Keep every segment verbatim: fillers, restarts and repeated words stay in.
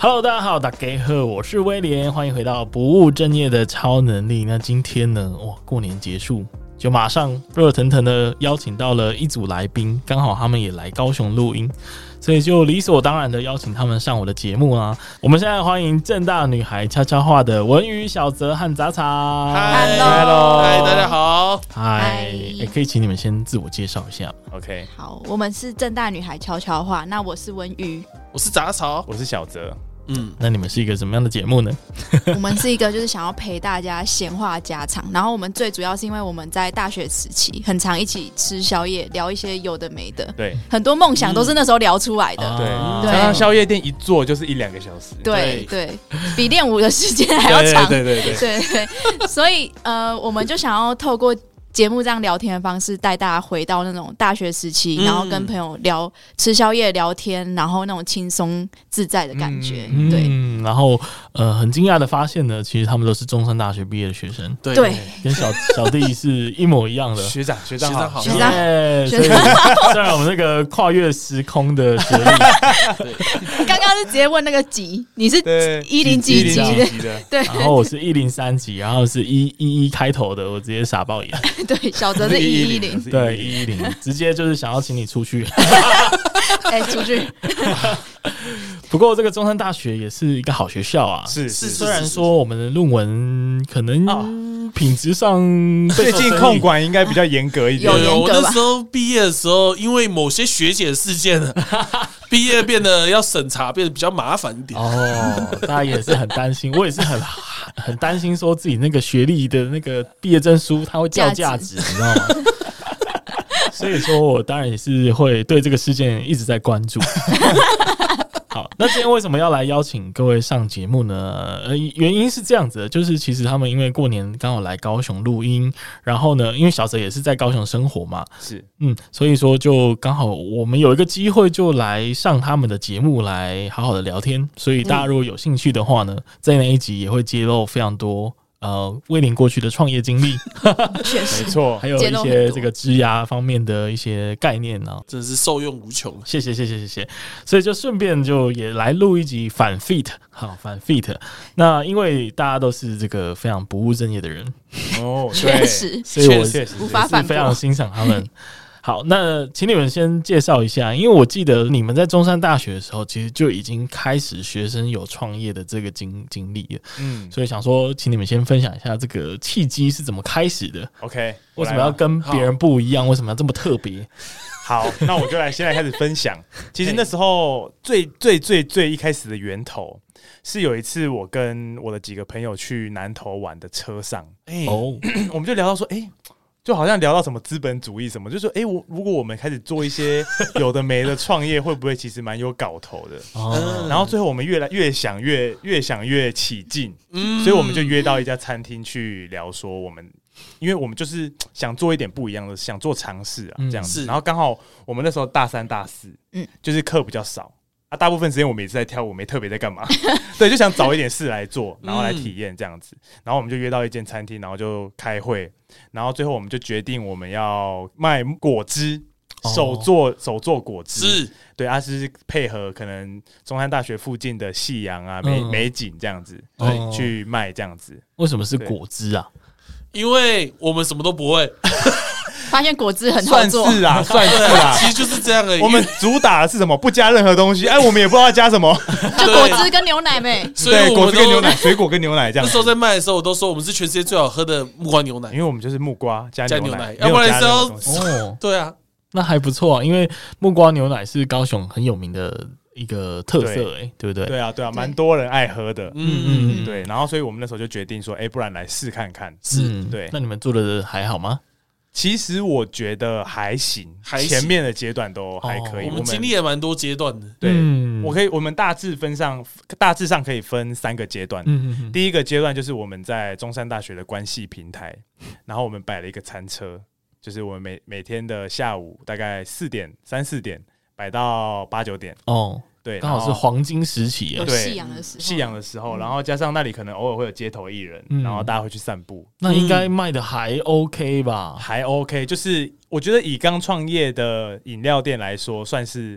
Hello， 大家好，大家好，我是威廉，欢迎回到不务正业的超能力。那今天呢，哇，过年结束，就马上热腾腾的邀请到了一组来宾，刚好他们也来高雄录音，所以就理所当然的邀请他们上我的节目啦。我们现在欢迎政大女孩悄悄话的文瑜、小泽和杂草。 嗨 ，Hello， 嗨，大家好。 嗨，欸，可以请你们先自我介绍一下 ？OK， 好，我们是政大女孩悄悄话，那我是文瑜， 我是杂草， 我是小泽。 嗯，那你们是一个什么样的节目呢？ 我们是一个就是想要陪大家闲话家常，然后我们最主要是因为我们在大学时期很常一起吃宵夜，聊一些有的没的， 对， 很多梦想都是那时候聊出来的。 嗯、 对，常常宵夜店一坐就是一两个小时， 对对，对比练舞的时间还要长， 对对对对对, 对, 对，所以呃，我们就想要透过节目这样聊天的方式，带大家回到那种大学时期，嗯、然后跟朋友聊吃宵夜聊天，然后那种轻松自在的感觉。嗯、对、 嗯，然后呃，很惊讶的发现呢，其实他们都是中山大学毕业的学生， 对， 跟小小弟是一模一样的。 学长学长好， 学长， 所以虽然我们那个跨越时空的学历， 刚刚是直接问那个级，你是一零几级的，对， 然后我是一零三级，然后是一一一开头的，我直接傻爆眼。 对，小泽是一一零， 对一一零，直接就是想要请你出去， 哎、欸，出去。 不过这个中山大学也是一个好学校啊， 是是， 虽然说我们的论文可能品质上最近控管应该比较严格一点。 有严格吧？ 我那时候毕业的时候，因为某些学姐事件呢，毕业变得要审查，变得比较麻烦一点。 哦，大家也是很担心，我也是很很担心，说自己那个学历的那个毕业证书它会掉价值，你知道吗？所以说我当然也是会对这个事件一直在关注。好，那今天为什么要来邀请各位上节目呢？呃，原因是这样子的，就是其实他们因为过年刚好来高雄录音，然后呢，因为小泽也是在高雄生活嘛， 是， 嗯，所以说就刚好我们有一个机会就来上他们的节目来好好的聊天，所以大家如果有兴趣的话呢，在那一集也会揭露非常多。呃，威廉过去的创业经历， 确实没错， 还有一些这个职涯方面的一些概念呢、啊， 真是受用无穷。 谢谢谢谢谢谢，所以就顺便就也来录一集反 fit， 好反 fit。那因为大家都是这个非常不务正业的人， 哦， 确实， 所以我无法反驳， 非常欣赏他们。好，那请你们先介绍一下，因为我记得你们在中山大学的时候，其实就已经开始学生有创业的这个经经历了，嗯，所以想说，请你们先分享一下这个契机是怎么开始的。 OK， 为什么要跟别人不一样？为什么要这么特别？ 好，那我就来现在开始分享。其实那时候最最最最一开始的源头是有一次我跟我的几个朋友去南投玩的车上，哎、欸，哦，我们就聊到说，哎、欸。就好像聊到什么资本主义什么，就说哎、欸，我如果我们开始做一些有的没的创业，会不会其实蛮有搞头的？哦，然后最后我们越来越想越越想越起劲，嗯，所以我们就约到一家餐厅去聊，说我们因为我们就是想做一点不一样的，想做尝试啊，这样子。然后刚好我们那时候大三大四，嗯，就是课比较少。啊，大部分时间我们也是在跳舞，没特别在干嘛。对，就想找一点事来做，然后来体验这样子。然后我们就约到一间餐厅，然后就开会，然后最后我们就决定我们要卖果汁，手做手做果汁。是，对，啊是配合可能中山大学附近的夕阳啊、美美景这样子，对，去卖这样子。 为什么是果汁啊？ 因为我们什么都不会。 发现果汁很好做， 算是啊，算是啊， 其实就是这样而已。 我们主打的是什么？不加任何东西，哎，我们也不知道要加什么， 就果汁跟牛奶呗。 对，果汁跟牛奶，水果跟牛奶这样。 那时候在卖的时候，我都说我们是全世界最好喝的木瓜牛奶， 因为我们就是木瓜加牛奶， 要不然是要哦，对啊， 那还不错啊，因为木瓜牛奶是高雄很有名的一个特色、欸，哎，对不对？ 对啊，对啊，蛮多人爱喝的，嗯嗯，对。然后，所以我们那时候就决定说，哎，不然来试看看。 是， 对。 那你们做的还好吗？ 其实我觉得还行，还行，前面的阶段都还可以。 哦、我们经历也蛮多阶段的。 对，嗯、我可以，我们大致分上，大致上可以分三个阶段。嗯嗯嗯，第一个阶段就是我们在中山大学的关系平台，然后我们摆了一个餐车，就是我们每每天的下午大概四点、三四点摆到八九点。哦。对， 刚好是黄金时期， 有夕阳的时候， 夕阳的时候，然后加上那里可能偶尔会有街头艺人，嗯、然后大家会去散步， 那应该卖的还 OK 吧？ 还 OK， 就是我觉得以刚创业的饮料店来说，算是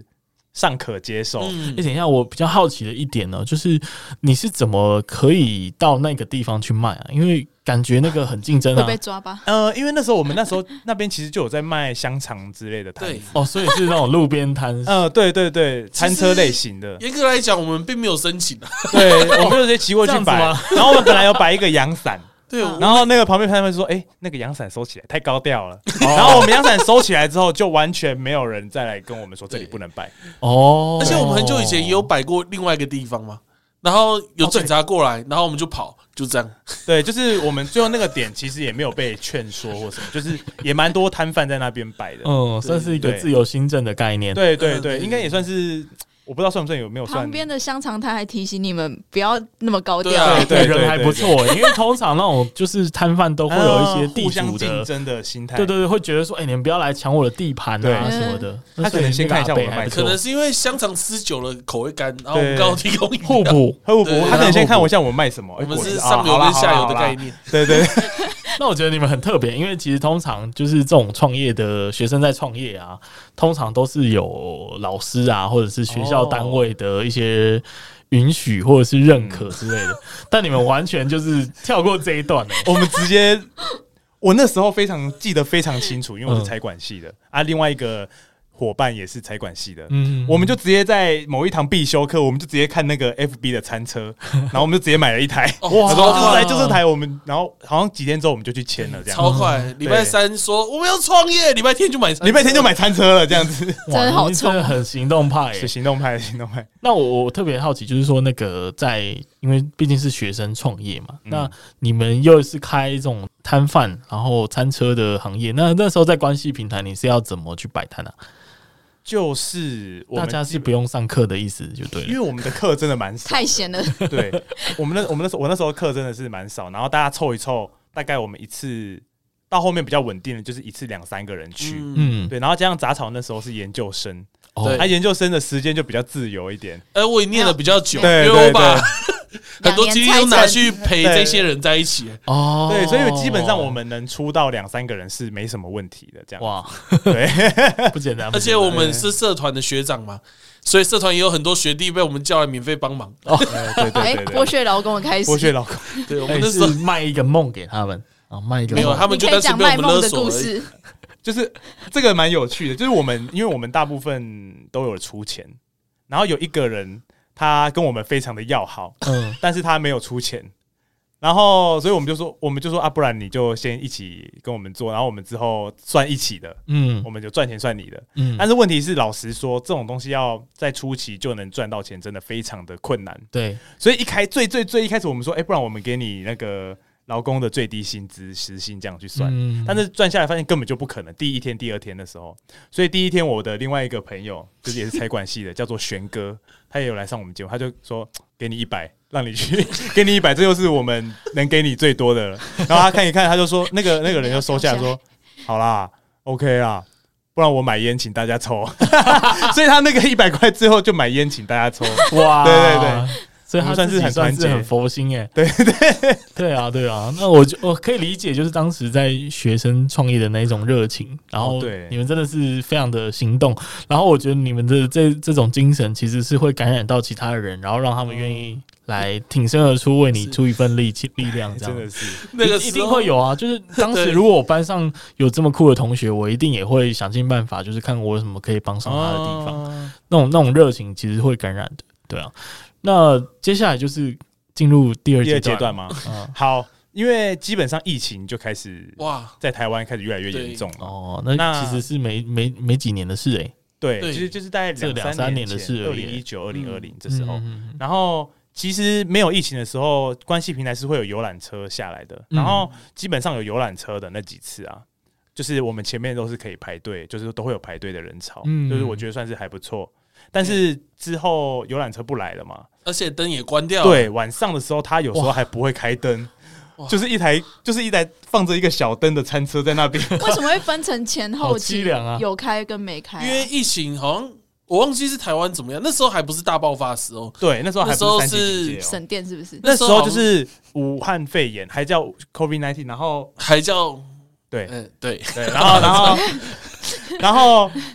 尚可接受。 嗯，欸、等一下，我比较好奇的一点呢，就是你是怎么可以到那个地方去卖啊？因为感觉那个很竞争啊， 会被抓吧？ 呃，因为那时候我们那时候那边其实就有在卖香肠之类的摊子， 哦，所以是那种路边摊， 呃，对对对，餐车类型的。 严格来讲，我们并没有申请啊， 对，我们就直接骑过去摆，然后我们本来有摆一个阳伞。 对， 然后那个旁边摊贩说：“哎、欸，那个阳伞收起来，太高调了。”然后我们阳伞收起来之后，就完全没有人再来跟我们说这里不能摆。 哦， 而且我们很久以前也有摆过另外一个地方嘛，然后有警察过来，然后我们就跑，就这样。 对，就是我们最后那个点其实也没有被劝说或什么，就是也蛮多摊贩在那边摆的。 嗯，算是一个自由新政的概念。 对对对，应该也算是。我不知道算不算有没有算。 旁边的香肠摊还提醒你们不要那么高调， 对对，人还不错，因为通常那种就是摊贩都会有一些地互相竞争的心态， 对对对，会觉得说，哎，你们不要来抢我的地盘啊什么的。 他可能先看一下我们卖， 可能是因为香肠吃久了口味干，然后我们刚好提供互补互补，他可能先看我一下我卖什么， 我们是上游跟下游的概念， 对对。 那我觉得你们很特别，因为其实通常就是这种创业的学生在创业啊，通常都是有老师啊，或者是学校单位的一些允许或者是认可之类的。嗯、但你们完全就是跳过这一段、欸， 我们直接，我那时候非常记得非常清楚，因为我是财管系的、嗯、啊，另外一个。伙伴也是财管系的，嗯，我们就直接在某一堂必修课，我们就直接看那个 F B 的餐车，然后我们就直接买了一台，哇，说就是来就是台，我们然后好像几天之后我们就去签了，这样超快。礼拜三说我们要创业，礼拜天就买， 礼拜天就买餐车了，这样子， 真的好冲， 很行动派， 是行动派，行动派。 那我我特别好奇，就是说那个在，因为毕竟是学生创业嘛，嗯、那你们又是开这种摊贩，然后餐车的行业，那那时候在关系平台，你是要怎么去摆摊啊？ 就是大家是不用上课的意思就对了， 因为我们的课真的蛮少， 太闲了。 对，我们那我们那时候我那时候课真的是蛮少，然后大家凑一凑，大概我们一次到后面比较稳定的，就是一次两三个人去，嗯，对，然后加上杂草那时候是研究生，对，他研究生的时间就比较自由一点， 哎，我也念了比较久， 对因为我把很多精力都拿去陪这些人在一起哦，对，所以基本上我们能出到两三个人是没什么问题的，这样哇，对， 不简单。 而且我们是社团的学长嘛，所以社团也有很多学弟被我们叫来免费帮忙。 哦，对对对， 剥削劳工的开始， 剥削劳工， 对，我们那时候卖一个梦给他们啊，卖一个没有，他们就单纯被我们勒索而已。 就是这个蛮有趣的，就是我们因为我们大部分都有出钱，然后有一个人。他跟我们非常的要好，嗯，但是他没有出钱，然后所以我们就说，我们就说啊，不然你就先一起跟我们做，然后我们之后算一起的，嗯，我们就赚钱算你的，嗯。但是问题是，老实说，这种东西要在初期就能赚到钱，真的非常的困难， 对。 所以一开最最最一开始，我们说，哎、欸，不然我们给你那个劳工的最低薪资时薪这样去算，嗯、但是赚下来发现根本就不可能。第一天、第二天的时候，所以第一天我的另外一个朋友，就是也是财管系的，叫做玄哥。他也有来上我们节目，他就说给你一百，让你去，给你一百，这就是我们能给你最多的了。然后他看一看，他就说那个那个人就收下来说，好啦 ，OK 啦，不然我买烟请大家抽。所以他那个一百块最后就买烟请大家抽。哇，对对对。 所以他算是很团结、很佛心哎、欸， 对对对啊，对啊。那我就我可以理解，就是当时在学生创业的那种热情，然后你们真的是非常的行动，然后我觉得你们的这这种精神其实是会感染到其他的人，然后让他们愿意来挺身而出，为你出一份力气力量，这样真的是那个一定会有啊。就是当时如果我班上有这么酷的同学，我一定也会想尽办法，就是看我有什么可以帮上他的地方，哦、那种那种热情其实会感染的，对啊。那接下来就是进入第二第二阶段吗？嗯、好，因为基本上疫情就开始哇，在台湾开始越来越严重哦。那其实是没没没几年的事哎、欸。 对，其实就是大概两两三年的事， 二零一九、二零二零这时候。嗯、然后其实没有疫情的时候，关系平台是会有游览车下来的。嗯、然后基本上有游览车的那几次啊，就是我们前面都是可以排队，就是都会有排队的人潮，嗯、就是我觉得算是还不错。但是之后游览车不来了嘛， 而且灯也关掉了。 对，晚上的时候他有时候还不会开灯，就是一台就是一台放着一个小灯的餐车在那边。 为什么会分成前后期？ 啊、 有开跟没开、啊？ 因为疫情好像我忘记是台湾怎么样，那时候还不是大爆发的时候。 对，那时候还不是三级警戒、 喔、省电是不是？ 那时候就是武汉肺炎，还叫 COVID 十九，然后还叫对， 嗯对对，然后然后然后。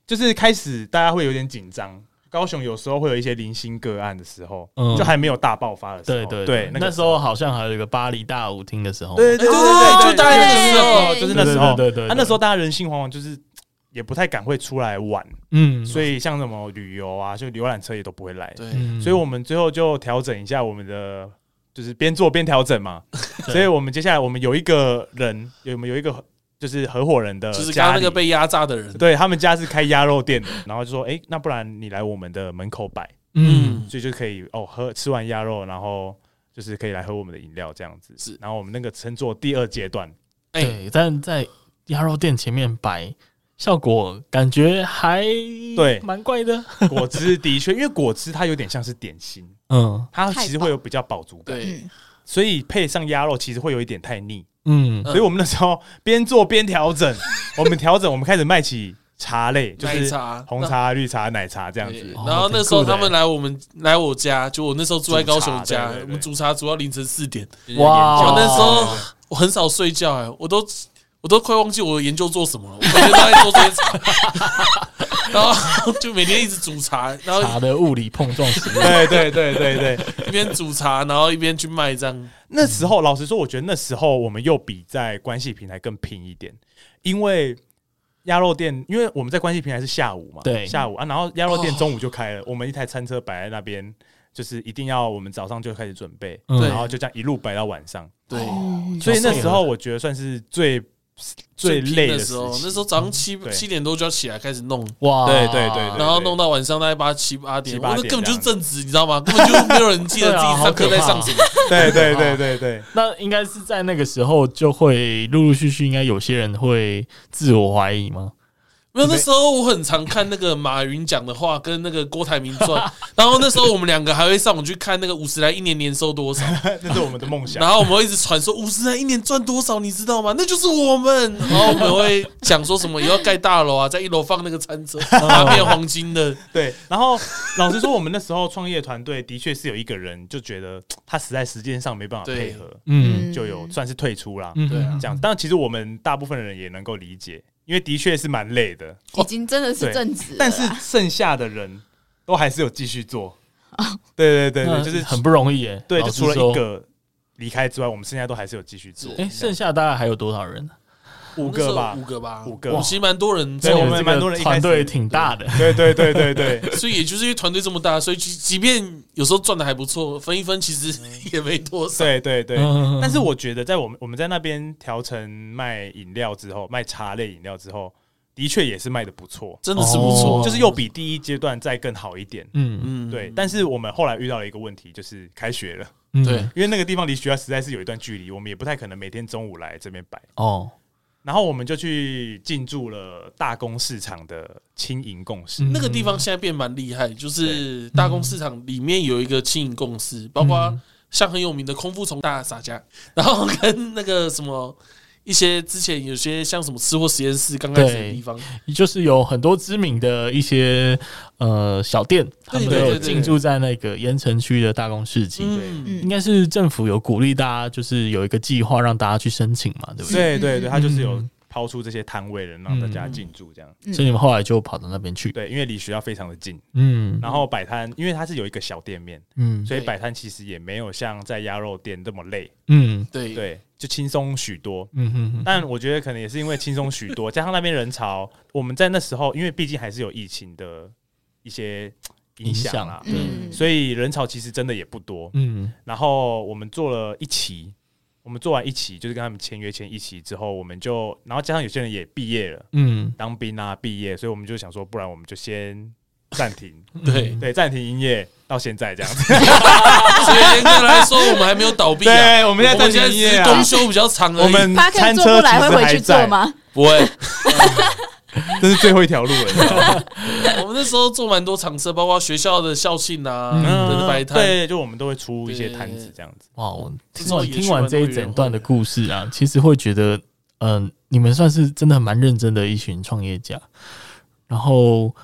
就是开始大家会有点紧张。高雄有时候会有一些零星个案的时候， 嗯就还没有大爆发的时候， 对对对， 那个时候好像还有一个巴黎大舞厅的时候， 对对对对对就大概那个时候，就是那时候， 对对对， 啊，那时候大家人心惶惶，就是也不太敢会出来玩， 嗯， 所以像什么旅游啊，就游览车也都不会来， 对， 所以我们最后就调整一下我们的，就是边做边调整嘛，所以我们接下来我们有一个人，有我们有一个。就是合伙人的家里， 就是刚刚那个被压榨的人， 对他们家是开鸭肉店的，然后就说，哎、欸，那不然你来我们的门口摆， 嗯， 所以就可以哦喝吃完鸭肉，然后就是可以来喝我们的饮料这样子。 是， 然后我们那个称作第二阶段， 哎、欸，对，但在鸭肉店前面摆，效果感觉还对蛮怪的。 果汁的确，因为果汁它有点像是点心， 嗯， 它其实会有比较饱足感， 对， 所以配上鸭肉其实会有一点太腻。 嗯， 所以我们那时候边做边调整，我们调整，我们开始卖起茶类，就是红茶、绿茶、奶茶这样子。 然后那时候他们来我们来我家，就我那时候住在高雄家， 对对对， 我们煮茶煮到凌晨四点。 哇！ 我那时候我很少睡觉，哎，我都我都快忘记我的研究做什么了，我每天都在做这些茶。然后就每天一直煮茶，然后茶的物理碰撞实验， 对对对对对， 一边煮茶，然后一边去卖这样。 那时候，老实说，我觉得那时候我们又比在关系平台更拼一点，因为鸭肉店，因为我们在关系平台是下午嘛， 对， 下午啊，然后鸭肉店中午就开了，我们一台餐车摆在那边，就是一定要我们早上就开始准备， 对， 然后就这样一路摆到晚上， 对， 所以那时候我觉得算是最。最累的时候，那时候早上七七点多就要起来开始弄， 哇， 对对对， 然后弄到晚上大概八七八点， 我那根本就是正职，你知道吗？根本就没有人记得自己上课在上什么。 对对对对对， 那应该是在那个时候就会陆陆续续，应该有些人会自我怀疑吗？ 没有，那时候我很常看那个马云讲的话跟那个郭台铭传，然后那时候我们两个还会上网去看那个五十来一年年收多少， 那是我们的梦想。 然后我们会一直传说五十来一年赚多少，你知道吗？那就是我们。然后我们会讲说什么以后盖大楼啊，在一楼放那个餐车，把它变黄金的。 对，然后老实说，我们那时候创业团队的确是有一个人就觉得他实在时间上没办法配合，嗯，就有算是退出啦。 嗯， 对啊， 这样。但其实我们大部分人也能够理解。因为的确是蛮累的， 已经真的是正职了， 但是剩下的人都还是有继续做。对对对对，就是很不容易耶。 对，就除了一个离开之外，我们剩下都还是有继续做。 哎，剩下大概还有多少人？ 五个吧， 五个吧， 五个。 我们其实蛮多人， 对，我们蛮多人， 团队挺大的。 对对对对对， 所以也就是因为团队这么大，所以即便有时候赚的还不错，分一分其实也没多少。 对对对，但是我觉得在我们我们在那边调成卖饮料之后，卖茶类饮料之后。的确也是卖的不错， 真的是不错， 就是又比第一阶段再更好一点。 嗯嗯，对。但是我们后来遇到了一个问题，就是开学了。 对， 因为那个地方离学校实在是有一段距离，我们也不太可能每天中午来这边摆。 哦。 然后我们就去进驻了大公市场的轻盈共识， 那个地方现在变蛮厉害，就是大公市场里面有一个轻盈共识，包括像很有名的空腹虫大撒家，然后跟那个什么。一些之前有些像什么吃货实验室刚开始的地方， 就是有很多知名的一些呃小店，他们都有进驻在那个盐城区的大公市集。对，应该是政府有鼓励大家，就是有一个计划让大家去申请嘛，对不对？对对对，他就是有抛出这些摊位人，让大家进驻这样。 所以你们后来就跑到那边去， 对，因为离学校非常的近。 嗯， 然后摆摊，因为它是有一个小店面，嗯，所以摆摊其实也没有像在鸭肉店这么累。 嗯， 对对。就轻松许多， 嗯哼哼， 但我觉得可能也是因为轻松许多，加上那边人潮，我们在那时候，因为毕竟还是有疫情的一些影响啦， 嗯， 所以人潮其实真的也不多，嗯。然后我们做了一期，我们做完一期，就是跟他们签约签一期之后，我们就，然后加上有些人也毕业了，嗯，当兵啊毕业，所以我们就想说，不然我们就先暂停， 对对，暂停营业。到现在这样子， 所以严格来说，我们还没有倒闭啊。 对，我们现在暂停营业啊， 公休比较长而已。 我们餐车其实还在吗？ 不会， 这是最后一条路了。 我们那时候做蛮多场车，包括学校的校庆啊，嗯，摆摊， 对，就我们都会出一些摊子这样子。 哇，我听完听完这一整段的故事啊，其实会觉得，嗯、呃，你们算是真的蛮认真的一群创业家，然后。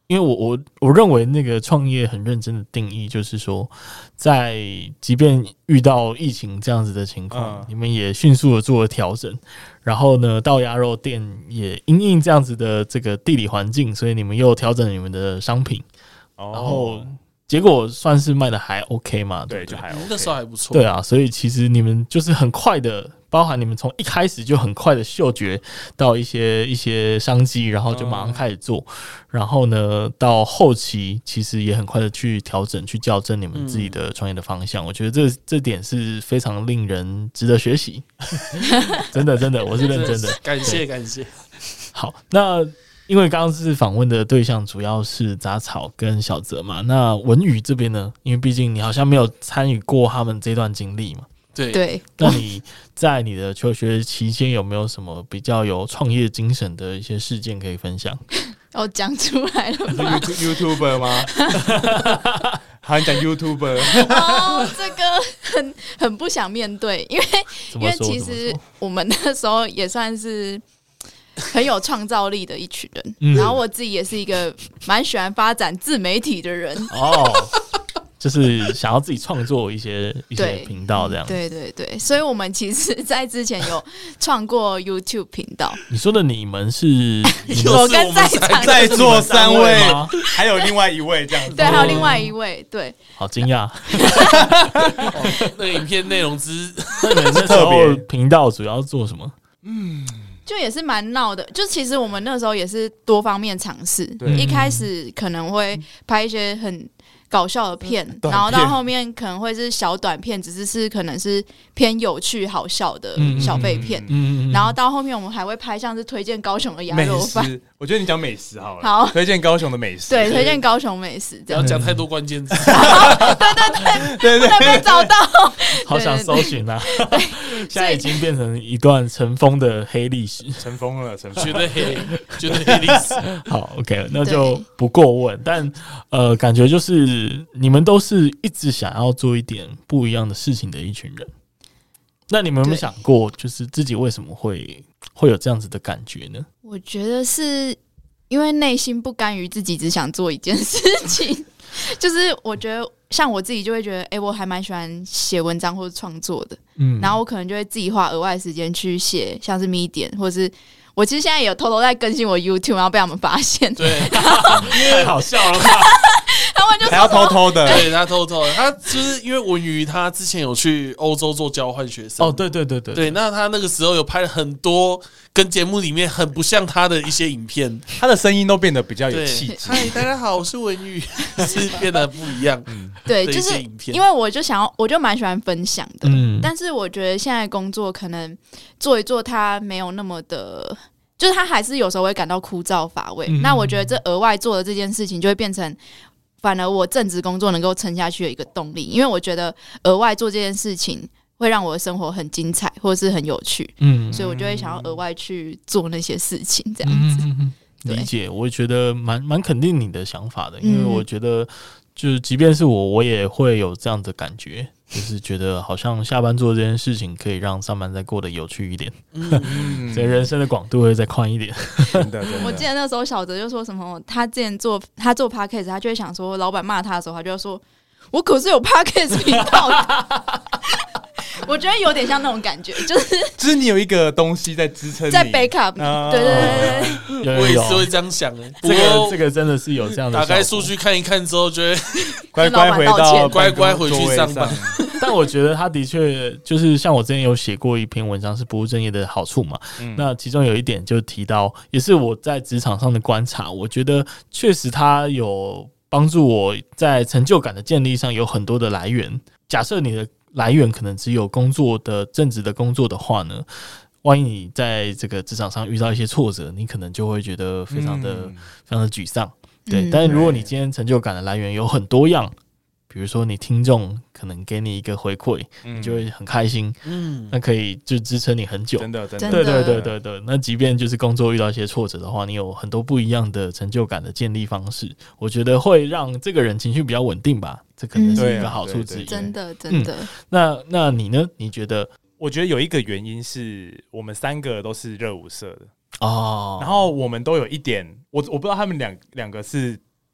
因为我我我认为那个创业很认真的定义就是说，在即便遇到疫情这样子的情况，嗯、你们也迅速的做了调整，然后呢，到鸭肉店也因应这样子的这个地理环境，所以你们又调整你们的商品，哦、然后结果算是卖的还 OK 嘛，对， 对就还 OK， 那时候还不错， 对啊，所以其实你们就是很快的。包含你们从一开始就很快的嗅觉到一些一些商机，然后就马上开始做，嗯、然后呢，到后期其实也很快的去调整、去校正你们自己的创业的方向。嗯、我觉得这这点是非常令人值得学习，真的真的，我是认真的， 感谢感谢。 好，那因为刚刚是访问的对象主要是杂草跟小泽嘛，那文宇这边呢，因为毕竟你好像没有参与过他们这段经历嘛。 对对， 那你在你的求学期间有没有什么比较有创业精神的一些事件可以分享？ 哦，讲出来了吗 ？YouTuber 吗？好，你讲 YouTuber 哦，这个很很不想面对，因为因为其实我们那时候也算是很有创造力的一群人，嗯、然后我自己也是一个蛮喜欢发展自媒体的人哦。 就是想要自己创作一些一些频道这样， 对对对，所以我们其实在之前有创过 YouTube 频道。 你说的你们是我跟在场在座三位，还有另外一位这样子， 对，还有另外一位，对， 好惊讶。 那个影片内容之， 那你们那时候频道主要做什么？ 嗯。就也是蛮闹的，就其实我们那时候也是多方面尝试，一开始可能会拍一些很搞笑的片，嗯、然后到后面可能会是小短片，只是是可能是偏有趣好笑的小废片，嗯嗯嗯、然后到后面我们还会拍像是推荐高雄的鸭肉饭。 我觉得你讲美食好了， 好， 推荐高雄的美食， 对，推荐高雄美食， 不要讲太多关键字， 对对对，不能被找到， 好想搜寻啊！现在已经变成一段尘封的黑历史， 尘封了，尘封， 绝对黑，绝对黑历史。 好 ，OK， 那就不过问，但呃，感觉就是你们都是一直想要做一点不一样的事情的一群人。那你们有没有想过，就是自己为什么会会有这样子的感觉呢？ 我觉得是因为内心不甘于自己只想做一件事情，就是我觉得像我自己就会觉得，哎、欸，我还蛮喜欢写文章或者创作的，嗯，然后我可能就会自己花额外的时间去写，像是 Medium 或者是。我其实现在也有偷偷在更新我 YouTube， 然后被他们发现。 对， 太好笑了吧？ 他们就说还要偷偷的， 对他偷偷的，他就是因为文瑜他之前有去欧洲做交换学生。 哦，对对对对， 对，那他那个时候有拍了很多跟节目里面很不像他的一些影片， 他的声音都变得比较有气质。 嗨，大家好，我是文瑜，是变得不一样。嗯， 对，就是因为我就想要，我就蛮喜欢分享的，嗯，但是我觉得现在工作可能做一做，它没有那么的。就是他还是有时候会感到枯燥乏味，嗯、那我觉得这额外做的这件事情就会变成，反而我正职工作能够撑下去的一个动力，因为我觉得额外做这件事情会让我的生活很精彩或者是很有趣，嗯，所以我就会想要额外去做那些事情，这样子。嗯、 理解，我觉得蛮蛮肯定你的想法的，因为我觉得就是即便是我，我也会有这样的感觉。就是觉得好像下班做这件事情可以让上班再过得有趣一点，嗯，所以人生的广度会再宽一点。 真的，真的。 我记得那时候小泽就说什么，他之前做他做 podcast， 他就会想说，老板骂他的时候，他就会说：“我可是有 podcast 频道的。”我觉得有点像那种感觉，就是就是你有一个东西在支撑你， 在 backup 你、哦、对对对对，我也是会这样想的。 这个这个真的是有这样的， 打开数据看一看之后，觉得乖乖回到乖乖回去上班。 但我觉得他的确就是像我之前有写过一篇文章，是不务正业的好处嘛。嗯、那其中有一点就提到，也是我在职场上的观察，我觉得确实他有帮助我在成就感的建立上有很多的来源。假设你的来源可能只有工作的正职的工作的话呢，万一你在这个职场上遇到一些挫折，你可能就会觉得非常的、嗯、非常的沮丧。对，嗯、但是如果你今天成就感的来源有很多样，比如说你听众可能给你一个回馈，嗯、你就会很开心，嗯，那可以就支撑你很久。 真的，真的， 对对对对对。那即便就是工作遇到一些挫折的话，你有很多不一样的成就感的建立方式，我觉得会让这个人情绪比较稳定吧。这可能是一个好处之一。 嗯、真的，真的。 嗯、那那你呢？你觉得？ 我觉得有一个原因是我们三个都是热舞社的哦，然后我们都有一点，我我不知道他们两两个是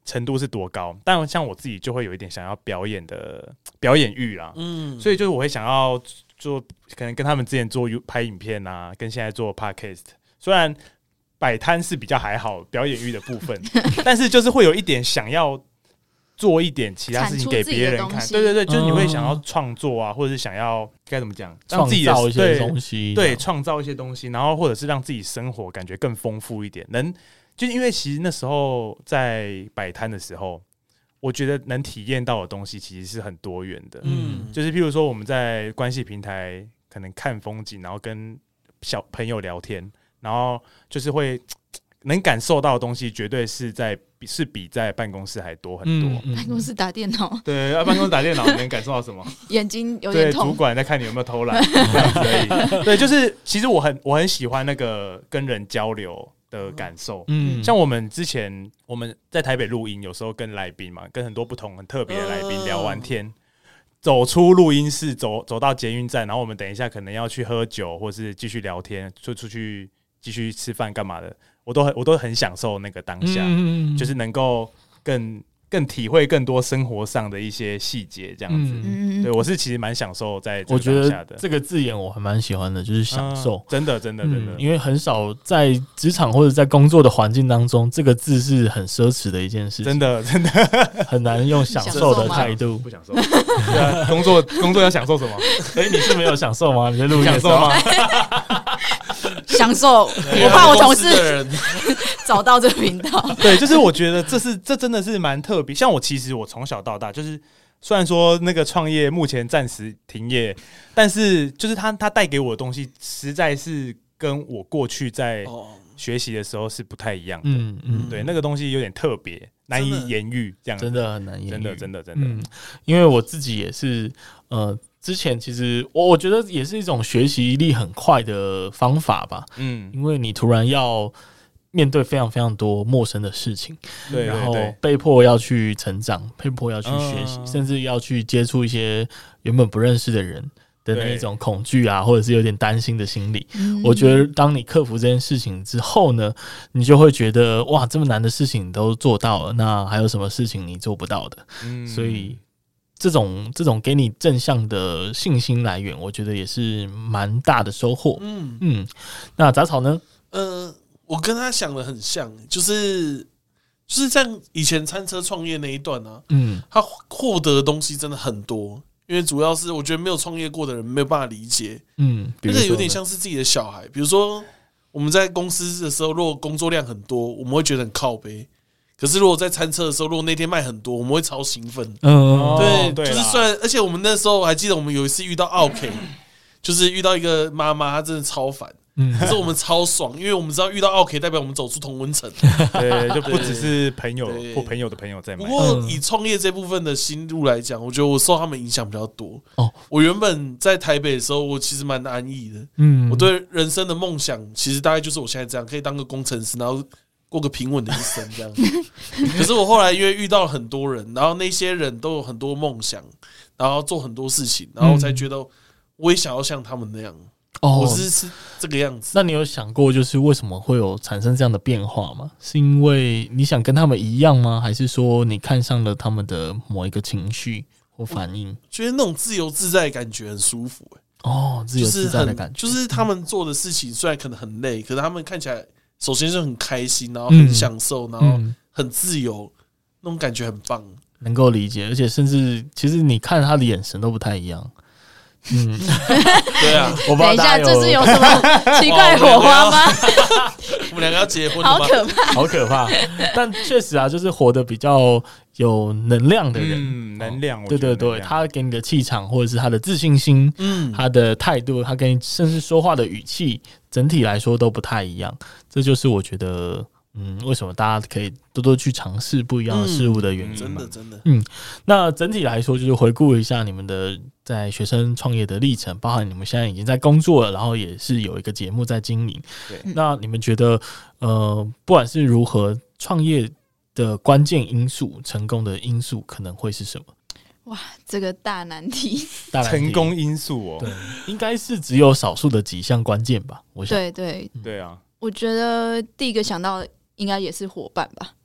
程度是多高。但像我自己就会有一点想要表演的表演欲啦，嗯，所以就是我会想要做，可能跟他们之前做拍影片啊，跟现在做 podcast， 虽然摆摊是比较还好表演欲的部分，但是就是会有一点想要做一点其他事情给别人看，对对对，就是你会想要创作啊，或者是想要该怎么讲，让自己创造一些东西， 对，创造一些东西，然后或者是让自己生活感觉更丰富一点。能就是因为其实那时候在摆摊的时候，我觉得能体验到的东西其实是很多元的，嗯，就是譬如说我们在关系平台可能看风景，然后跟小朋友聊天。然后就是会能感受到的东西，绝对是在是比在办公室还多很多。 嗯嗯、办公室打电脑， 对，要办公室打电脑，你能感受到什么？ 眼睛有点痛。 对，主管在看你有没有偷懒，这样子而已。对，就是其实我很我很喜欢那个跟人交流的感受。嗯，像我们之前我们在台北录音，有时候跟来宾嘛，跟很多不同很特别的来宾聊完天。走出录音室，走走到捷运站，然后我们等一下可能要去喝酒，或是继续聊天，就出去继续吃饭干嘛的，我都很我都很享受那个当下，嗯、就是能够更更体会更多生活上的一些细节，这样子。嗯、对我是其实蛮享受在这个当下的。 我觉得这个字眼我还蛮喜欢的，就是享受。 嗯、真的，真的，真的、 嗯，因为很少在职场或者在工作的环境当中，这个字是很奢侈的一件事情。 真的，真的很难用享受的态度。 不享受。对啊，工作工作要享受什么？ 所以你是没有享受吗？你在录音享受吗？ 享受，我怕我同事找到这个频道。 对，就是我觉得这是这真的是蛮特别。像我其实我从小到大，就是虽然说那个创业目前暂时停业，但是就是他他带给我的东西，实在是跟我过去在学习的时候是不太一样的。嗯嗯，对，那个东西有点特别，难以言喻，这样真的很难言喻， 真的真的真的。嗯， 因为我自己也是呃。之前其实我我觉得也是一种学习力很快的方法吧，嗯，因为你突然要面对非常非常多陌生的事情， 对， 然后被迫要去成长，被迫要去学习，嗯、甚至要去接触一些原本不认识的人的那一种恐惧啊，或者是有点担心的心理。嗯、我觉得当你克服这件事情之后呢，你就会觉得哇，这么难的事情你都做到了，那还有什么事情你做不到的？嗯，所以。这种这种给你正向的信心来源，我觉得也是蛮大的收获。嗯嗯，那杂草呢？ 呃，我跟他想的很像，就是就是像以前餐车创业那一段啊，嗯，他获得的东西真的很多，因为主要是我觉得没有创业过的人没有办法理解，嗯，那个有点像是自己的小孩，比如说我们在公司的时候，如果工作量很多，我们会觉得很靠北。可是如果在餐车的时候，如果那天卖很多，我们会超兴奋。嗯，对，对就是虽然，而且我们那时候还记得，我们有一次遇到奥 K， 就是遇到一个妈妈，她真的超烦。嗯，可是我们超爽，因为我们知道遇到奥 K 代表我们走出同温层。 对，就不只是朋友或朋友的朋友在买。 不过以创业这部分的心路来讲，我觉得我受他们影响比较多。哦，我原本在台北的时候，我其实蛮安逸的。嗯，我对人生的梦想，其实大概就是我现在这样，可以当个工程师，然后。过个平稳的一生这样子，可是我后来因为遇到了很多人，然后那些人都有很多梦想，然后做很多事情，然后我才觉得我也想要像他们那样。哦，我是是这个样子。 那你有想过，就是为什么会有产生这样的变化吗？是因为你想跟他们一样吗？还是说你看上了他们的某一个情绪或反应？ 觉得那种自由自在的感觉很舒服、欸。 哦，自由自在的感觉， 就是、就是他们做的事情虽然可能很累，可是他们看起来。首先是很开心，然后很享受，嗯、然后很自由，那种感觉很棒， 能够理解。而且甚至其实你看他的眼神都不太一样。嗯， 对啊。 我等一下，这是有什么奇怪火花吗？ 我们两个要结婚了吗？ 好可怕， 好可怕。但确实啊，就是活得比较有能量的人， 嗯、能量， 对对对，他给你的气场，或者是他的自信心，嗯，他的态度，他跟你甚至说话的语气，整体来说都不太一样。这就是我觉得。嗯，为什么大家可以多多去尝试不一样的事物的原因、嗯？ 真的，真的。 嗯，那整体来说，就是回顾一下你们的在学生创业的历程，包含你们现在已经在工作了，然后也是有一个节目在经营。对，那你们觉得，呃，不管是如何创业的关键因素、成功的因素，可能会是什么？ 哇，这个大难题， 大难题成功因素哦， 对，应该是只有少数的几项关键吧？我想， 对对、 嗯、对啊， 我觉得第一个想到。应该也是伙伴吧，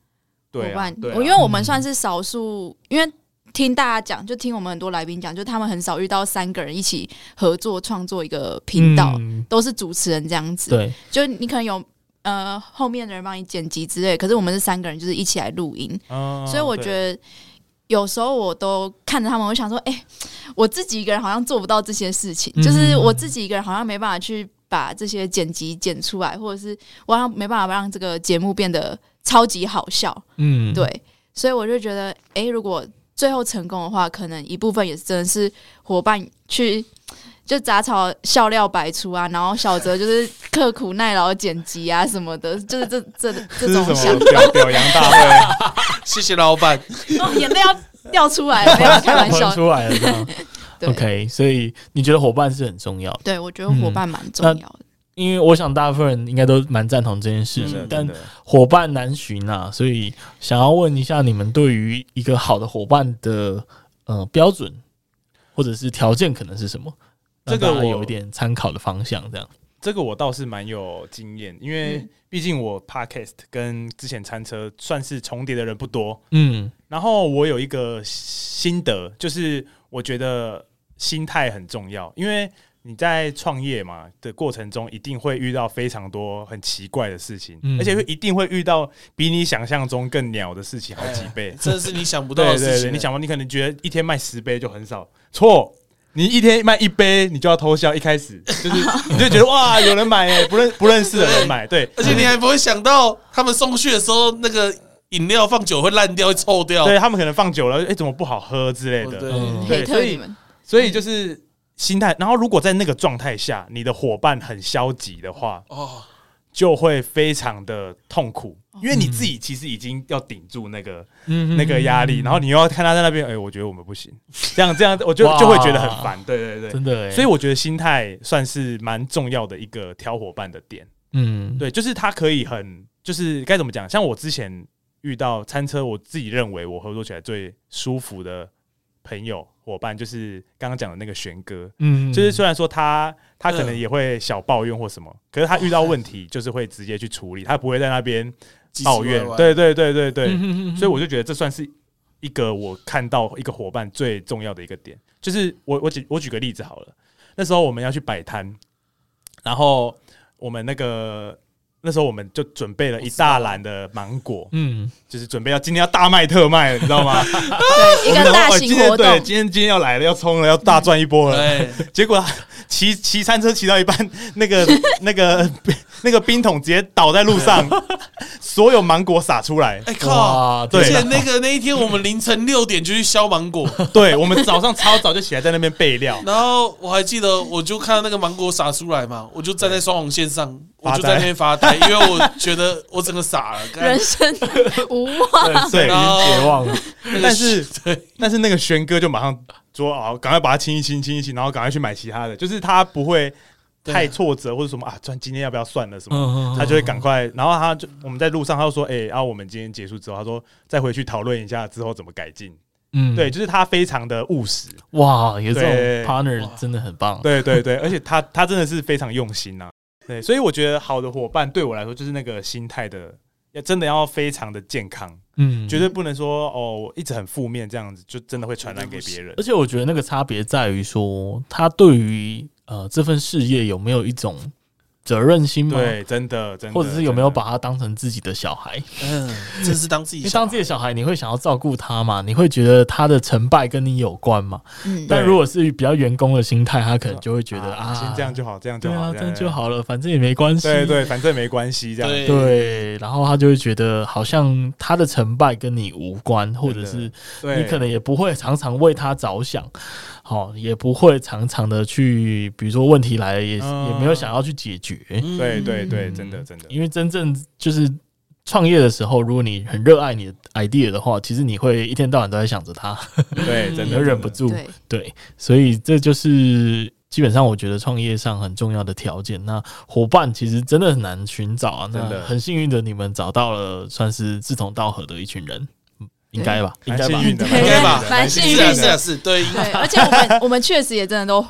对、啊、 伙伴， 对、啊， 因为我们算是少数，因为听大家讲，就听我们很多来宾讲，就他们很少遇到三个人一起合作创作一个频道、嗯，都是主持人这样子。 对， 就你可能有呃后面的人帮你剪辑之类，可是我们是三个人，就是一起来录音、嗯，所以我觉得有时候我都看着他们，我想说，哎、欸，我自己一个人好像做不到这些事情，嗯、就是我自己一个人好像没办法去把这些剪辑剪出来，或者是我好像没办法让这个节目变得超级好笑。嗯，对，所以我就觉得，哎、欸，如果最后成功的话，可能一部分也真的是伙伴去就杂草笑料百出啊，然后小泽就是刻苦耐劳剪辑啊什么的，就是这这这种这是什么表表扬大会？ 谢谢老板， 哦、眼泪要掉出来了，不要开玩笑， 出来了这样。OK， 所以你觉得伙伴是很重要的？ 对，我觉得伙伴蛮重要的。 嗯，因为我想大部分人应该都蛮赞同这件事情、嗯，但伙伴难寻啊，所以想要问一下你们对于一个好的伙伴的呃标准或者是条件可能是什么？这个我有一点参考的方向，这样。 这个我倒是蛮有经验，因为毕竟我 podcast 跟之前餐车算是重叠的人不多，嗯，然后我有一个心得，就是我觉得心态很重要，因为你在创业嘛的过程中，一定会遇到非常多很奇怪的事情，嗯、而且一定会遇到比你想象中更鸟的事情好几倍， 这是你想不到的事情。 对对对，你想不到，你可能觉得一天卖十杯就很少，错。你一天卖一杯，你就要偷笑。一开始就是你就觉得哇，有人买哎，不认不认识的人买，对， 而且你还不会想到他们送去的时候，那个饮料放久会烂掉、会臭掉， 对他们可能放久了，哎、欸，怎么不好喝之类的， 哦、对， 嗯、 对，所以所以就是心态。然后如果在那个状态下，你的伙伴很消极的话，哦。就会非常的痛苦，因为你自己其实已经要顶住那个、嗯、那个压力，然后你又要看他在那边，哎、欸，我觉得我们不行，这样这样，我就就会觉得很烦，对对对， 真的， 所以我觉得心态算是蛮重要的一个挑伙伴的点，嗯，对，就是他可以很，就是该怎么讲，像我之前遇到餐车，我自己认为我合作起来最舒服的朋友伙伴，就是刚刚讲的那个玄哥，嗯，就是虽然说他他可能也会小抱怨或什么，可是他遇到问题就是会直接去处理，他不会在那边抱怨，对对对对对，所以我就觉得这算是一个我看到一个伙伴最重要的一个点，就是我我举我举个例子好了，那时候我们要去摆摊，然后我们那个。那时候我们就准备了一大篮的芒果，嗯，就是准备要今天要大卖特卖了，你知道吗？ 对，一个大型活动。 对，今天今天要来了，要冲了，要大赚一波了。嗯、结果骑骑餐车骑到一半，那个那个那个冰桶直接倒在路上，所有芒果洒出来。 哎、欸、靠！对，而且那个那一天我们凌晨六点就去削芒果， 对，我们早上超早就起来在那边备料。 然后我还记得，我就看到那个芒果洒出来嘛，我就站在双黄线上，我就在那边发呆。因为我觉得我整个傻了， 人生无望， 对，已经绝望了。但是， 对， 但是那个轩哥就马上说：“啊，赶快把它清一清，清一清，然后赶快去买其他的。”就是他不会太挫折或者什么啊，赚今天要不要算了什么，他就会赶快。然后他就我们在路上，他就说：“哎、欸，然、啊、后我们今天结束之后，他说再回去讨论一下之后怎么改进。”嗯，对，就是他非常的务实。 哇，有这种 partner 真的很棒。 对对对，而且他他真的是非常用心呐、啊。对，所以我觉得好的伙伴对我来说就是那个心态的，要真的要非常的健康，嗯，绝对不能说哦一直很负面这样子，就真的会传染给别人。 而且我觉得那个差别在于说，他对于呃这份事业有没有一种责任心吗？ 对，真的，真的， 或者是有没有把他当成自己的小孩？ 嗯，真是当自己小孩， 因为当自己的小孩，你会想要照顾他嘛？你会觉得他的成败跟你有关嘛？嗯，但如果是比较员工的心态，他可能就会觉得 啊, 啊， 先这样就好，这样就好， 对啊，这样就好了，反正也没关系， 对对，反正没关系，这样对, 对，然后他就会觉得好像他的成败跟你无关，或者是你可能也不会常常为他着想。好，也不会常常的去，比如说问题来了也，也、嗯、也没有想要去解决。 嗯、对对对，真的真的， 因为真正就是创业的时候，如果你很热爱你的 idea 的话，其实你会一天到晚都在想着它， 对，真的忍不住， 对， 对，所以这就是基本上我觉得创业上很重要的条件。那伙伴其实真的很难寻找啊，那很幸运的你们找到了算是志同道合的一群人。应该吧，应该吧， 应该吧， 蛮幸运的， 是是是，对， 对，而且我们我们确实也真的都花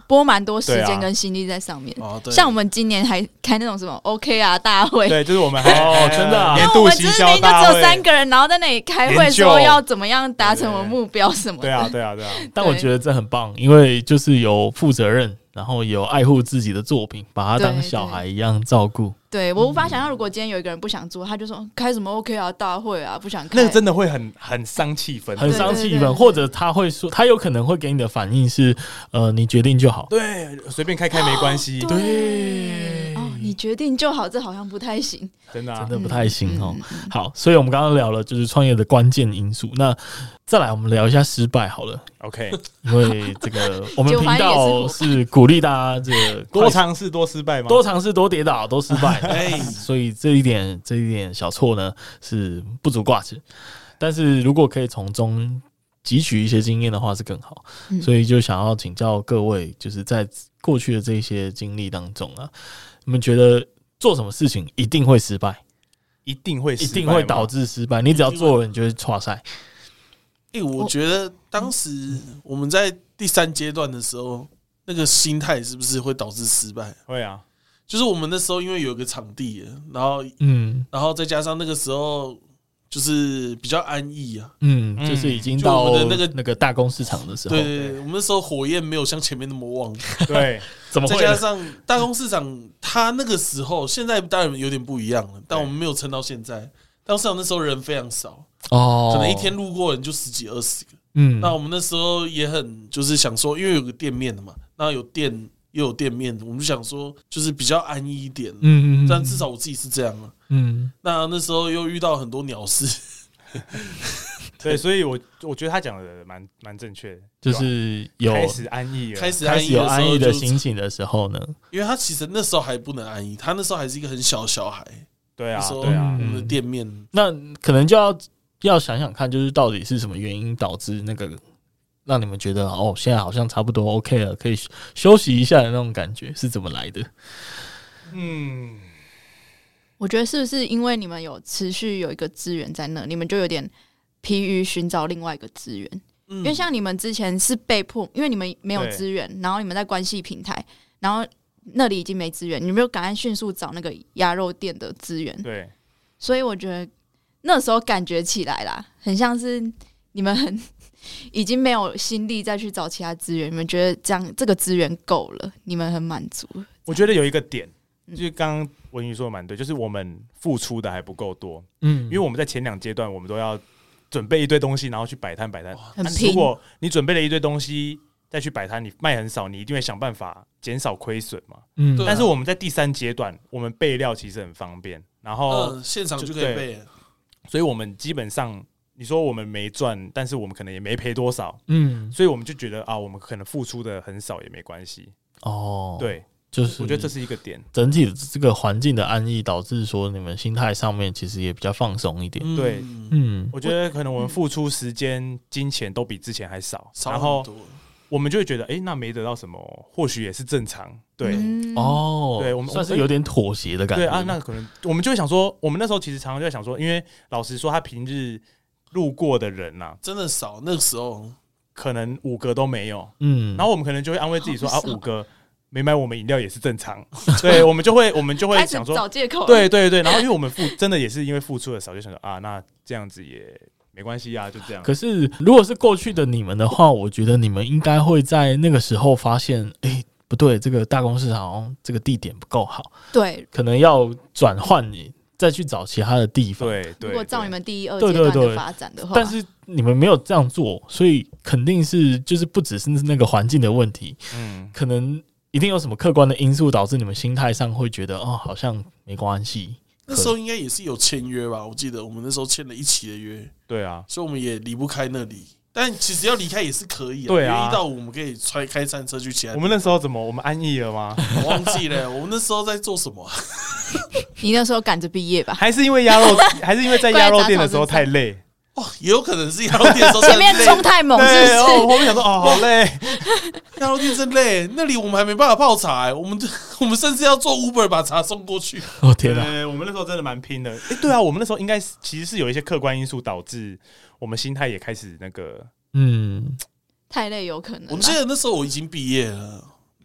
拨蛮多时间跟心力在上面。 啊、 像我们今年还开那种什么 OK 啊大会， 对，就是我们还哦，真的、啊， 因为我们只是明明就只有三个人，然后在那里开会说要怎么样达成我们目标什么的。 对啊，对啊，对啊。 但我觉得这很棒，因为就是有负责任，然后有爱护自己的作品，把它当小孩一样照顾。 对，我无法想象，如果今天有一个人不想做，他就说开什么 OK 啊大会啊，不想开， 那个真的会很很伤气氛， 很伤气氛。或者他会说，他有可能会给你的反应是，呃，你决定就好， 对，随便开开没关系， 哦、对。对哦，你决定就好，这好像不太行， 真的、啊、 真的不太行哦。嗯嗯、好，所以我们刚刚聊了就是创业的关键因素，那再来我们聊一下失败好了。 OK， 因为这个我们频道是鼓励大家这个多尝试多失败吗？ 多尝试多跌倒多失败，哎，所以这一点这一点小错呢是不足挂齿，但是如果可以从中汲取一些经验的话是更好。嗯、所以就想要请教各位，就是在过去的这些经历当中啊，你们觉得做什么事情一定会失败？ 一定会失败， 一定会导致失败。你只要做了，你就会挫赛。 欸、我觉得当时我们在第三阶段的时候，那个心态是不是会导致失败？ 会啊， 就是我们那时候因为有一个场地，然后嗯，然后再加上那个时候就是比较安逸啊， 嗯，就是已经到我的那个那个大公市场的时候， 对对对，我们那时候火焰没有像前面那么旺， 对， 怎么会？ 再加上大公市场，它那个时候现在当然有点不一样了，但我们没有撑到现在。大公市场那时候人非常少。哦，可能一天路过人就十几二十个，嗯，那我们那时候也很就是想说，因为有个店面的嘛，那有店又有店面，我们就想说就是比较安逸一点，嗯嗯，但至少我自己是这样啊，嗯，那那时候又遇到很多鸟事， 对，所以我我觉得他讲的蛮蛮正确的， 就是有开始安逸了， 开始安逸有安逸的心情的时候呢， 因为他其实那时候还不能安逸，他那时候还是一个很小的小孩， 对啊，对啊， 我们的店面， 那可能就要。要想想看，就是到底是什么原因导致那个让你们觉得哦，现在好像差不多 OK 了，可以休息一下的那种感觉是怎么来的？ 嗯，我觉得是不是因为你们有持续有一个资源在那，你们就有点疲于寻找另外一个资源？嗯，因为像你们之前是被迫，因为你们没有资源，然后你们在关系平台，然后那里已经没资源，你们就赶快迅速找那个鸭肉店的资源。 对， 所以我觉得。那时候感觉起来啦，很像是你们很已经没有心力再去找其他资源，你们觉得这样这个资源够了，你们很满足。 我觉得有一个点，就是刚刚文瑜说的蛮对，就是我们付出的还不够多，嗯，因为我们在前两阶段我们都要准备一堆东西，然后去摆摊摆摊。如果你准备了一堆东西再去摆摊，你卖很少，你一定会想办法减少亏损嘛。嗯，但是我们在第三阶段，我们备料其实很方便，然后、 呃、现场就可以备。 所以我们基本上，你说我们没赚，但是我们可能也没赔多少，嗯，所以我们就觉得啊，我们可能付出的很少也没关系。哦，对，就是我觉得这是一个点。 整体的这个环境的安逸，导致说你们心态上面其实也比较放松一点。 嗯、对，嗯，我觉得可能我们付出时间、金钱都比之前还少， 少然后我们就会觉得，哎、欸，那没得到什么，或许也是正常。对， 嗯、哦， 对，我们算是有点妥协的感觉。 对啊，那可能我们就会想说，我们那时候其实常常就在想说，因为老实说，他平日路过的人呐、啊， 真的少，那个时候可能五个都没有。嗯，然后我们可能就会安慰自己说啊，五个没买我们饮料也是正常。对，我们就会我们就会想说找借口。 对对对，然后因为我们付真的也是因为付出的少，就想说啊，那这样子也。没关系啊，就这样。 可是，如果是过去的你们的话，我觉得你们应该会在那个时候发现，哎、欸，不对，这个大公市场这个地点不够好， 对， 可能要转换你再去找其他的地方。 对对。 如果照你们第一、二阶段的发展的话， 但是你们没有这样做，所以肯定是就是不只是那个环境的问题，嗯，可能一定有什么客观的因素导致你们心态上会觉得，哦，好像没关系。 那时候应该也是有签约吧，我记得我们那时候签了一期的约。 对啊， 所以我们也离不开那里。但其实要离开也是可以啊。 对啊， 约一到五我们可以开开餐车去其他。 我们那时候怎么？我们安逸了吗？ 我忘记了，我们那时候在做什么、啊？ 你那时候赶着毕业吧？ 还是因为鸭肉？还是因为在鸭肉店的时候太累？ 哦，也有可能是鸭肉店的时候前面冲太猛，是不是？ 我们想说，哦，好累， 鸭肉店真累。那里我们还没办法泡茶、欸，我们我们甚至要做 Uber 把茶送过去。 哦天哪！ 我们那时候真的蛮拼的。哎、欸，对啊，我们那时候应该其实是有一些客观因素导致我们心态也开始那个，嗯， 太累有可能。 我们记得那时候我已经毕业了，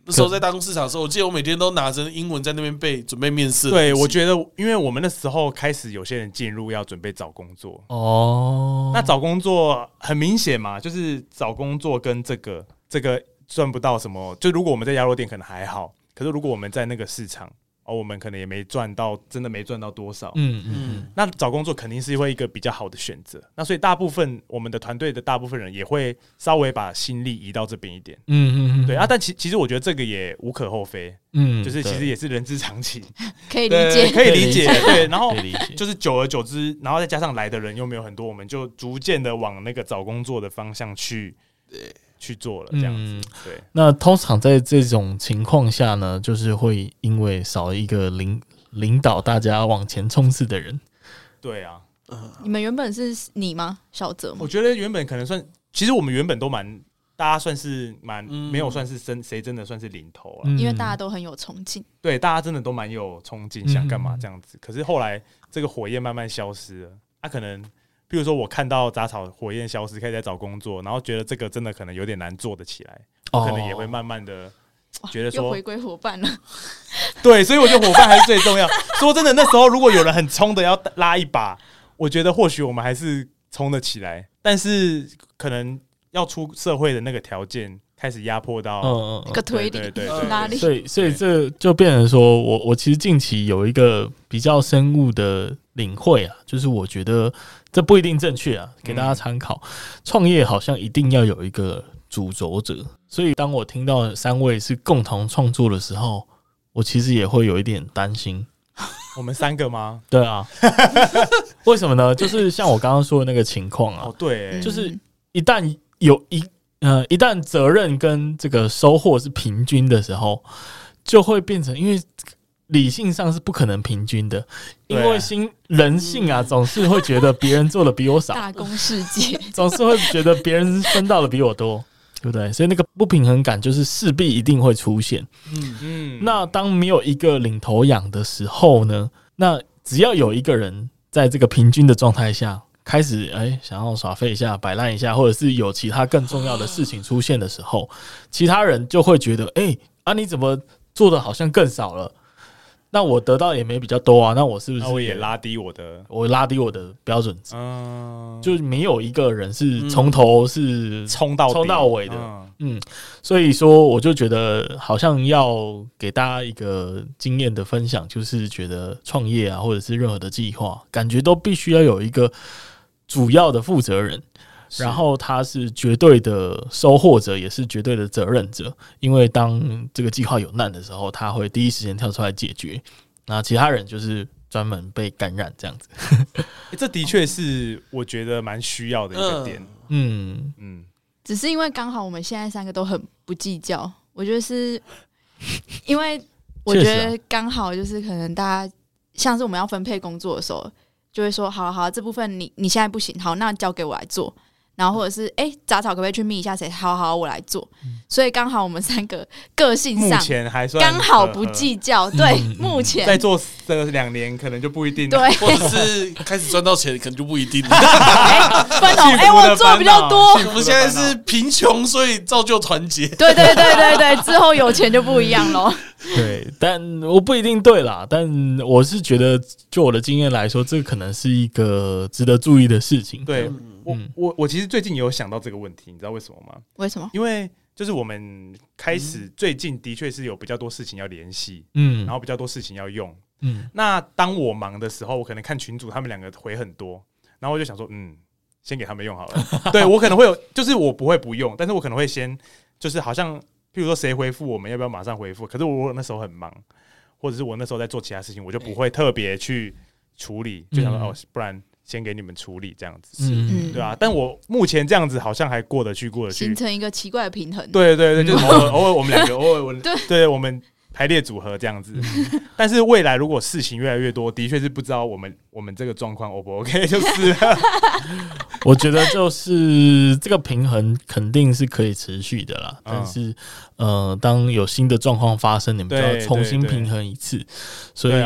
那时候在大公市场的时候，我记得我每天都拿着英文在那边背，准备面试。 对，我觉得，因为我们那时候开始有些人进入要准备找工作哦，那找工作很明显嘛，就是找工作跟这个这个赚不到什么。就如果我们在鸭肉店可能还好，可是如果我们在那个市场。哦，我们可能也没赚到，真的没赚到多少。嗯嗯，那找工作肯定是会一个比较好的选择。那所以大部分我们的团队的大部分人也会稍微把心力移到这边一点。嗯嗯嗯，对啊。但其其实我觉得这个也无可厚非。嗯，就是其实也是人之常情， 可以理解， 可以理解。对，然后就是久而久之，然后再加上来的人又没有很多，我们就逐渐的往那个找工作的方向去。去做了这样子、嗯，对。 那通常在这种情况下呢，就是会因为少了一个领领导大家往前冲刺的人。 对啊， 呃、你们原本是你吗？小泽吗？ 我觉得原本可能算，其实我们原本都蛮，大家算是蛮、嗯、没有算是真谁真的算是领头了、 嗯，因为大家都很有冲劲。 对，大家真的都蛮有冲劲，想干嘛这样子、嗯。可是后来这个火焰慢慢消失了，啊，可能。比如说，我看到杂草火焰消失，开始在找工作，然后觉得这个真的可能有点难做得起来，我可能也会慢慢的觉得说， 又回归伙伴了。 对，所以我觉得伙伴还是最重要。说真的，那时候如果有人很冲的要拉一把，我觉得或许我们还是冲得起来，但是可能要出社会的那个条件。开始压迫到嗯嗯个推理， 对对对拉力， 所以所以这就变成说我我其实近期有一个比较深入的领会啊，就是我觉得这不一定正确啊，给大家参考。创、嗯、业好像一定要有一个主轴者，所以当我听到三位是共同创作的时候，我其实也会有一点担心。 我们三个吗？ 对啊，为什么呢？就是像我刚刚说的那个情况啊， 哦对， 就是一旦有一。呃，一旦责任跟这个收获是平均的时候，就会变成，因为理性上是不可能平均的，因为心人性啊，总是会觉得别人做的比我少， 大公世界总是会觉得别人分到的比我多，对不对？所以那个不平衡感就是势必一定会出现。嗯嗯，那当没有一个领头羊的时候呢，那只要有一个人在这个平均的状态下。开始哎、欸，想要耍废一下、摆烂一下，或者是有其他更重要的事情出现的时候，其他人就会觉得，哎、欸、啊，你怎么做的好像更少了？那我得到也没比较多啊，那我是不是我也拉低我的， 我拉低我的标准值？嗯，就是没有一个人是从头是冲到冲到尾的，嗯, 嗯，所以说我就觉得好像要给大家一个经验的分享，就是觉得创业啊，或者是任何的计划，感觉都必须要有一个。主要的负责人，然后他是绝对的收获者，也是绝对的责任者。因为当这个计划有难的时候，他会第一时间跳出来解决。那其他人就是专门被感染这样子。 欸、这的确是我觉得蛮需要的一个点。嗯嗯，只是因为刚好我们现在三个都很不计较，我觉得是因为我觉得刚好就是可能大家像是我们要分配工作的时候。就会说好好，这部分你你现在不行，好，那交给我来做。然后或者是哎，杂草可不可以去密一下谁？好好，我来做。嗯、所以刚好我们三个个性上目前还算刚好不计较。对，嗯、目前在做这两年可能就不一定了， 对， 或者是开始赚到钱，可能就不一定了。 哎，分红哎，我做比较多。 我们现在是贫穷，所以造就团结。 对对对对对，之后有钱就不一样咯。 对，但我不一定对啦，但我是觉得，就我的经验来说，这可能是一个值得注意的事情。 对，我我我其实最近也有想到这个问题，你知道为什么吗？ 为什么？ 因为就是我们开始最近的确是有比较多事情要联系，嗯，然后比较多事情要用，嗯。那当我忙的时候，我可能看群组他们两个回很多，然后我就想说，嗯，先给他们用好了。对我可能会有，就是我不会不用，但是我可能会先，就是好像。譬如说谁回复我们要不要马上回复？可是我那时候很忙，或者是我那时候在做其他事情，我就不会特别去处理，就想说、嗯、哦，不然先给你们处理这样子，嗯，对啊。但我目前这样子好像还过得去，过得去， 形成一个奇怪的平衡。 对对对，就是偶尔偶尔我们两个偶尔我对对我们排列组合这样子。但是未来如果事情越来越多，的确是不知道我们我们这个状况 O 不 OK 就是了。 我觉得就是这个平衡肯定是可以持续的啦，嗯、但是呃，当有新的状况发生，你们就要重新平衡一次。所以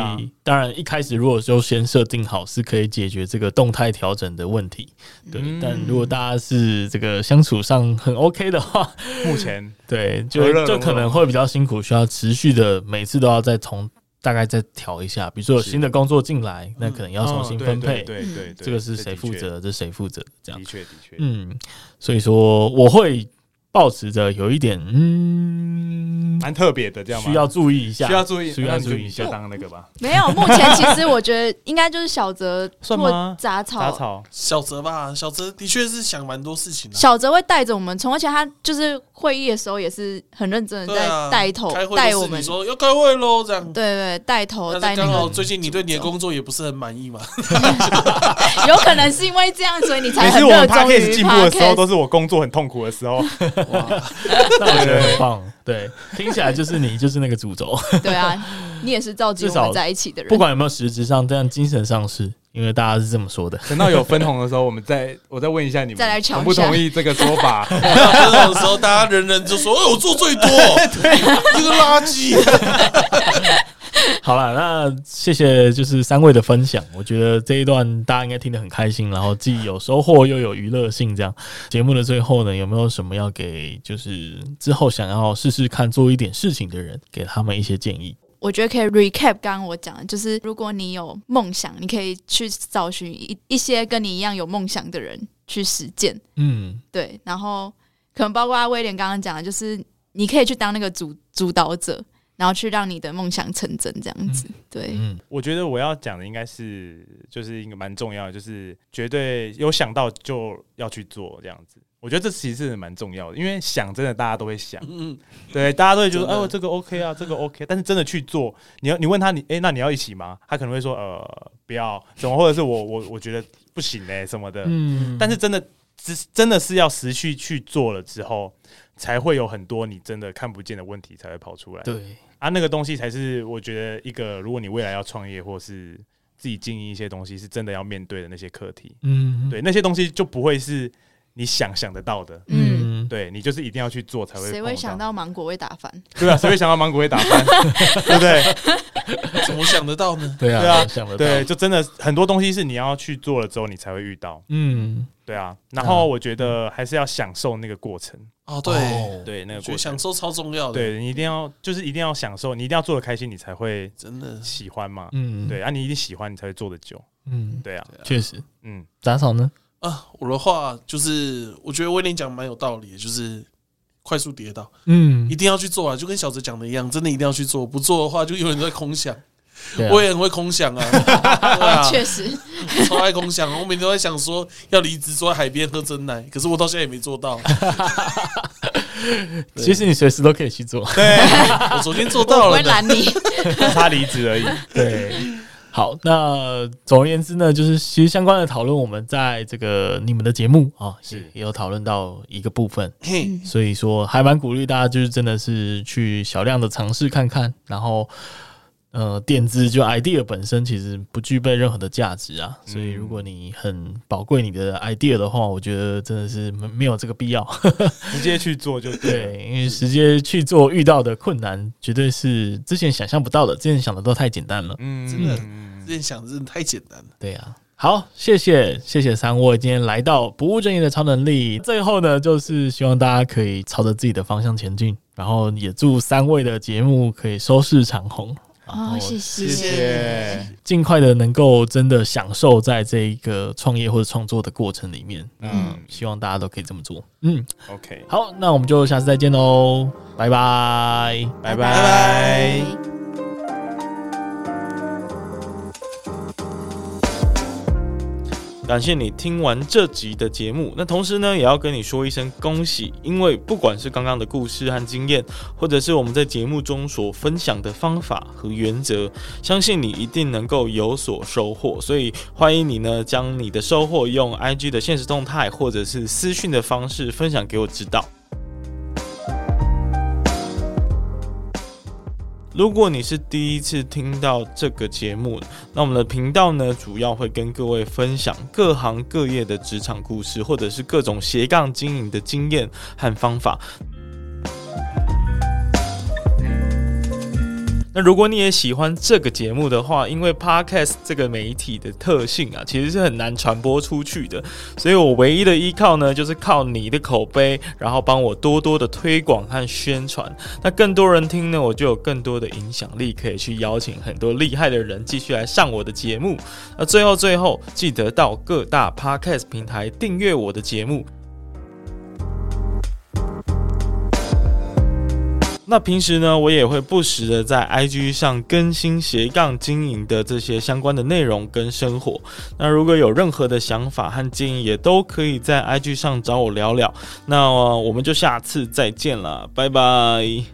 当然一开始如果就先设定好是可以解决这个动态调整的问题，对。嗯、但如果大家是这个相处上很 OK 的话， 目前对就就可能会比较辛苦，需要持续的每次都要再从大概再调一下。比如说有新的工作进来，那可能要重新分配， 嗯、对, 对, 对, 对对， 这个是谁负责，这谁负责这样。 的确的确， 嗯，所以说我会抱持着有一点嗯蛮特别的这样吗？ 需要注意一下， 需要注意， 需要注意一下。 当那个吧， 没有。目前其实我觉得应该就是小泽或杂草， 杂草小泽吧，小泽的确是想蛮多事情的、啊。 小泽会带着我们，从而且他就是会议的时候也是很认真的在带头带我们， 你说要开会喽，这样对对带头带。 刚好最近你对你的工作也不是很满意嘛， 有可能是因为这样，所以你才很热衷于 Podcast。 每次我们 Podcast 进步的时候，都是我工作很痛苦的时候。 哇，那我觉得很棒。对，听起来就是你就是那个主轴。 对啊，你也是召集我们在一起的人。 不管有没有实质上，这样精神上是，因为大家是这么说的。 等到有分红的时候，我们再我再问一下你们， 再来瞧同不同意这个说法？ 分红的时候，大家人人就说：“哎，我做最多，对，这个垃圾。” 好了，那谢谢就是三位的分享，我觉得这一段大家应该听得很开心，然后既有收获又有娱乐性。这样节目的最后呢，有没有什么要给就是之后想要试试看做一点事情的人，给他们一些建议？ 我觉得可以 recap 刚刚我讲的，就是如果你有梦想，你可以去找寻 一, 一些跟你一样有梦想的人去实践。嗯，对，然后可能包括威廉刚刚讲的，就是你可以去当那个 主, 主导者。然后去让你的梦想成真，这样子。嗯、对、嗯， 我觉得我要讲的应该是，就是一个蛮重要的，就是绝对有想到就要去做这样子。我觉得这其实是蛮重要的，因为想真的大家都会想，嗯，对，大家都会觉得，哎、哦，这个 OK 啊，这个 OK， 但是真的去做，你要你问他，你哎、欸，那你要一起吗？他可能会说，呃，不要，怎么，或者是我我我觉得不行哎、欸、什么的，嗯，但是真的真的是要持续去做了之后。才会有很多你真的看不见的问题才会跑出来。 对啊，那个东西才是我觉得一个，如果你未来要创业或是自己经营一些东西，是真的要面对的那些课题。嗯，对，那些东西就不会是你想想得到的。嗯，对，你就是一定要去做才会。 谁会想到芒果会打翻？ 对啊，谁会想到芒果会打翻？对不对？ 怎么想得到呢？ 对啊， 对啊， 想得到。 对，就真的很多东西是你要去做了之后，你才会遇到。嗯。对啊，然后我觉得还是要享受那个过程哦，对、哦、 对，那个过程享受超重要的。 对，你一定要就是一定要享受，你一定要做得开心，你才会真的喜欢嘛。嗯，对啊，你一定喜欢，你才会做得久。嗯，对啊， 确实。嗯，杂草呢？ 啊，我的话就是，我觉得威廉讲蛮有道理的，就是快速跌倒。嗯，一定要去做啊，就跟小泽讲的一样，真的一定要去做，不做的话就永远在空想。啊、我也很会空想啊， 确、啊、实超爱空想。我每天都在想说要离职，坐在海边喝珍奶，可是我到现在也没做到。 其实你随时都可以去做， 对，我昨天做到了， 我不会拦你， 他离职而已。 对，好，那总而言之呢，就是其实相关的讨论，我们在这个你们的节目啊，是也有讨论到一个部分，所以说还蛮鼓励大家，就是真的是去小量的尝试看看，然后。呃，点子就 idea 本身其实不具备任何的价值啊，所以如果你很宝贵你的 idea 的话，我觉得真的是没有这个必要， 直接去做就对了。 对，因为直接去做遇到的困难，绝对是之前想象不到的，之前想的都太简单了， 嗯，真的，之前想的真的太简单了。 对啊，好，谢谢谢谢三位今天来到不务正业的超能力。最后呢，就是希望大家可以朝着自己的方向前进，然后也祝三位的节目可以收视长红。 哦，谢谢， 谢谢， 尽快的能够真的享受在这一个创业或者创作的过程里面。嗯，希望大家都可以这么做。嗯 ，OK， 好，那我们就下次再见喽，拜拜， 拜拜。 感谢你听完这集的节目，那同时呢，也要跟你说一声恭喜，因为不管是刚刚的故事和经验，或者是我们在节目中所分享的方法和原则，相信你一定能够有所收获。所以欢迎你呢，将你的收获用 I G 的限时动态或者是私讯的方式分享给我知道。如果你是第一次听到这个节目，那我们的频道呢，主要会跟各位分享各行各业的职场故事，或者是各种斜杠经营的经验和方法。 那如果你也喜欢这个节目的话，因为 Podcast 这个媒体的特性啊，其实是很难传播出去的，所以我唯一的依靠呢，就是靠你的口碑，然后帮我多多的推广和宣传。那更多人听呢，我就有更多的影响力，可以去邀请很多厉害的人继续来上我的节目。那最后最后，记得到各大 Podcast 平台订阅我的节目。那平时呢，我也会不时的在 I G 上更新斜杠经营的这些相关的内容跟生活。那如果有任何的想法和建议，也都可以在 I G 上找我聊聊。那我们就下次再见了，拜拜。